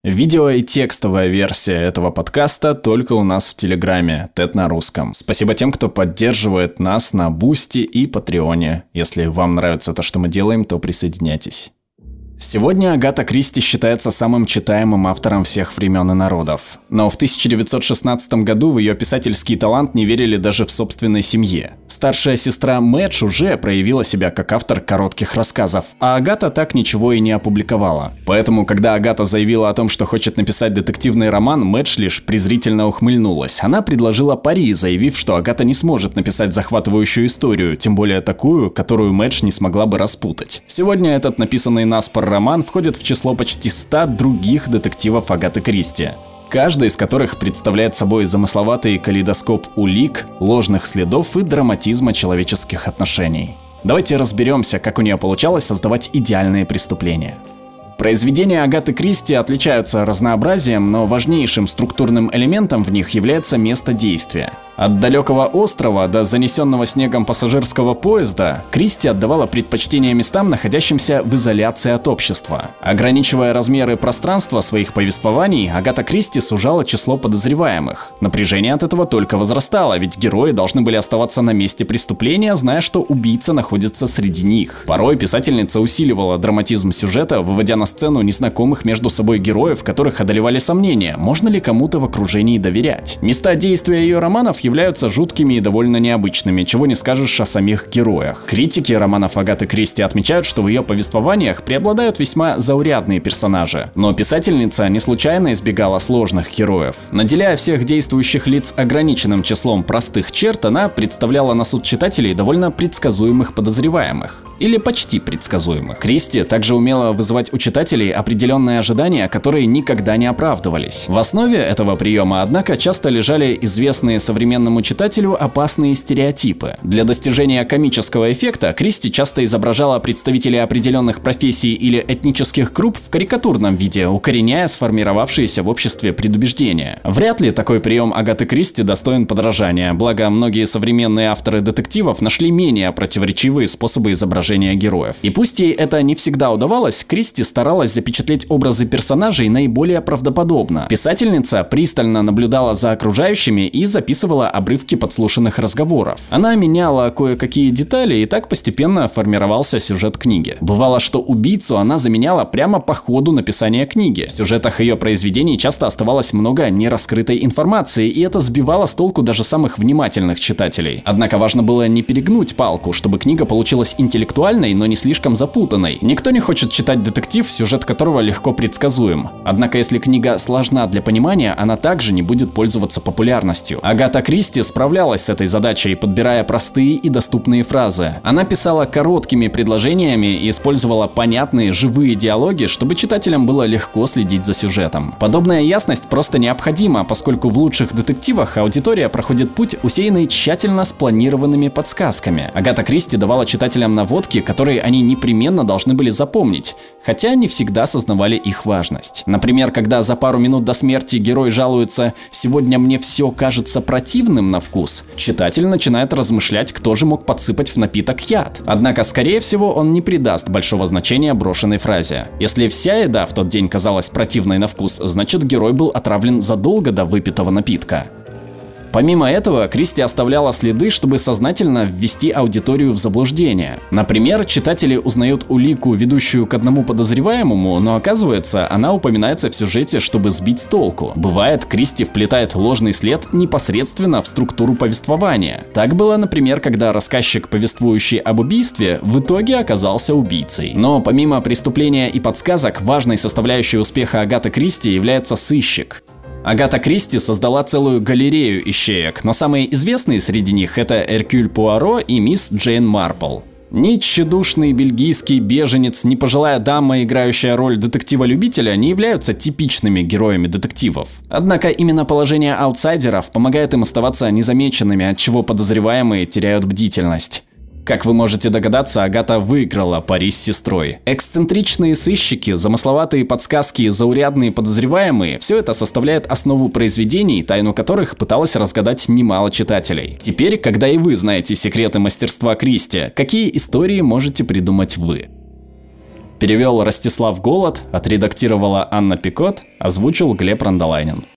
Видео и текстовая версия этого подкаста только у нас в Телеграме, TED на русском. Спасибо тем, кто поддерживает нас на Бусти и Патреоне. Если вам нравится то, что мы делаем, то присоединяйтесь. Сегодня Агата Кристи считается самым читаемым автором всех времен и народов. Но в 1916 году в ее писательский талант не верили даже в собственной семье. Старшая сестра Мэдж уже проявила себя как автор коротких рассказов, а Агата так ничего и не опубликовала. Поэтому, когда Агата заявила о том, что хочет написать детективный роман, Мэдж лишь презрительно ухмыльнулась. Она предложила пари, заявив, что Агата не сможет написать захватывающую историю, тем более такую, которую Мэдж не смогла бы распутать. Сегодня этот написанный наспор роман входит в число почти 100 других детективов Агаты Кристи, каждый из которых представляет собой замысловатый калейдоскоп улик, ложных следов и драматизма человеческих отношений. Давайте разберемся, как у нее получалось создавать идеальные преступления. Произведения Агаты Кристи отличаются разнообразием, но важнейшим структурным элементом в них является место действия. От далекого острова до занесенного снегом пассажирского поезда Кристи отдавала предпочтение местам, находящимся в изоляции от общества. Ограничивая размеры пространства своих повествований, Агата Кристи сужала число подозреваемых. Напряжение от этого только возрастало, ведь герои должны были оставаться на месте преступления, зная, что убийца находится среди них. Порой писательница усиливала драматизм сюжета, выводя на сцену незнакомых между собой героев, которых одолевали сомнения, можно ли кому-то в окружении доверять. Места действия ее романов являются жуткими и довольно необычными, чего не скажешь о самих героях. Критики романов Агаты Кристи отмечают, что в ее повествованиях преобладают весьма заурядные персонажи. Но писательница не случайно избегала сложных героев. Наделяя всех действующих лиц ограниченным числом простых черт, она представляла на суд читателей довольно предсказуемых подозреваемых. Или почти предсказуемых. Кристи также умела вызывать у читателей определенные ожидания, которые никогда не оправдывались. В основе этого приема, однако, часто лежали известные современному читателю опасные стереотипы. Для достижения комического эффекта Кристи часто изображала представителей определенных профессий или этнических групп в карикатурном виде, укореняя сформировавшиеся в обществе предубеждения. Вряд ли такой прием Агаты Кристи достоин подражания, благо многие современные авторы детективов нашли менее противоречивые способы изображения героев. И пусть ей это не всегда удавалось, Кристи старалась запечатлеть образы персонажей наиболее правдоподобно. Писательница пристально наблюдала за окружающими и записывала обрывки подслушанных разговоров. Она меняла кое-какие детали, и так постепенно формировался сюжет книги. Бывало, что убийцу она заменяла прямо по ходу написания книги. В сюжетах ее произведений часто оставалось много нераскрытой информации, и это сбивало с толку даже самых внимательных читателей. Однако важно было не перегнуть палку, чтобы книга получилась интеллектуальной, но не слишком запутанной. Никто не хочет читать детектив, сюжет которого легко предсказуем. Однако, если книга сложна для понимания, она также не будет пользоваться популярностью. Агата Кристи справлялась с этой задачей, подбирая простые и доступные фразы. Она писала короткими предложениями и использовала понятные, живые диалоги, чтобы читателям было легко следить за сюжетом. Подобная ясность просто необходима, поскольку в лучших детективах аудитория проходит путь, усеянный тщательно спланированными подсказками. Агата Кристи давала читателям наводки, которые они непременно должны были запомнить, хотя не всегда осознавали их важность. Например, когда за пару минут до смерти герой жалуется «сегодня мне все кажется противным на вкус», читатель начинает размышлять, кто же мог подсыпать в напиток яд. Однако, скорее всего, он не придаст большого значения брошенной фразе. Если вся еда в тот день казалась противной на вкус, значит, герой был отравлен задолго до выпитого напитка. Помимо этого, Кристи оставляла следы, чтобы сознательно ввести аудиторию в заблуждение. Например, читатели узнают улику, ведущую к одному подозреваемому, но оказывается, она упоминается в сюжете, чтобы сбить с толку. Бывает, Кристи вплетает ложный след непосредственно в структуру повествования. Так было, например, когда рассказчик, повествующий об убийстве, в итоге оказался убийцей. Но помимо преступления и подсказок, важной составляющей успеха Агаты Кристи является сыщик. Агата Кристи создала целую галерею ищеек, но самые известные среди них — это Эркюль Пуаро и мисс Джейн Марпл. Ни тщедушный бельгийский беженец, ни пожилая дама, играющая роль детектива-любителя, не являются типичными героями детективов. Однако именно положение аутсайдеров помогает им оставаться незамеченными, отчего подозреваемые теряют бдительность. Как вы можете догадаться, Агата выиграла пари с сестрой. Эксцентричные сыщики, замысловатые подсказки и заурядные подозреваемые – все это составляет основу произведений, тайну которых пыталось разгадать немало читателей. Теперь, когда и вы знаете секреты мастерства Кристи, какие истории можете придумать вы? Перевел Ростислав Голод, отредактировала Анна Пикот, озвучил Глеб Рандолайнин.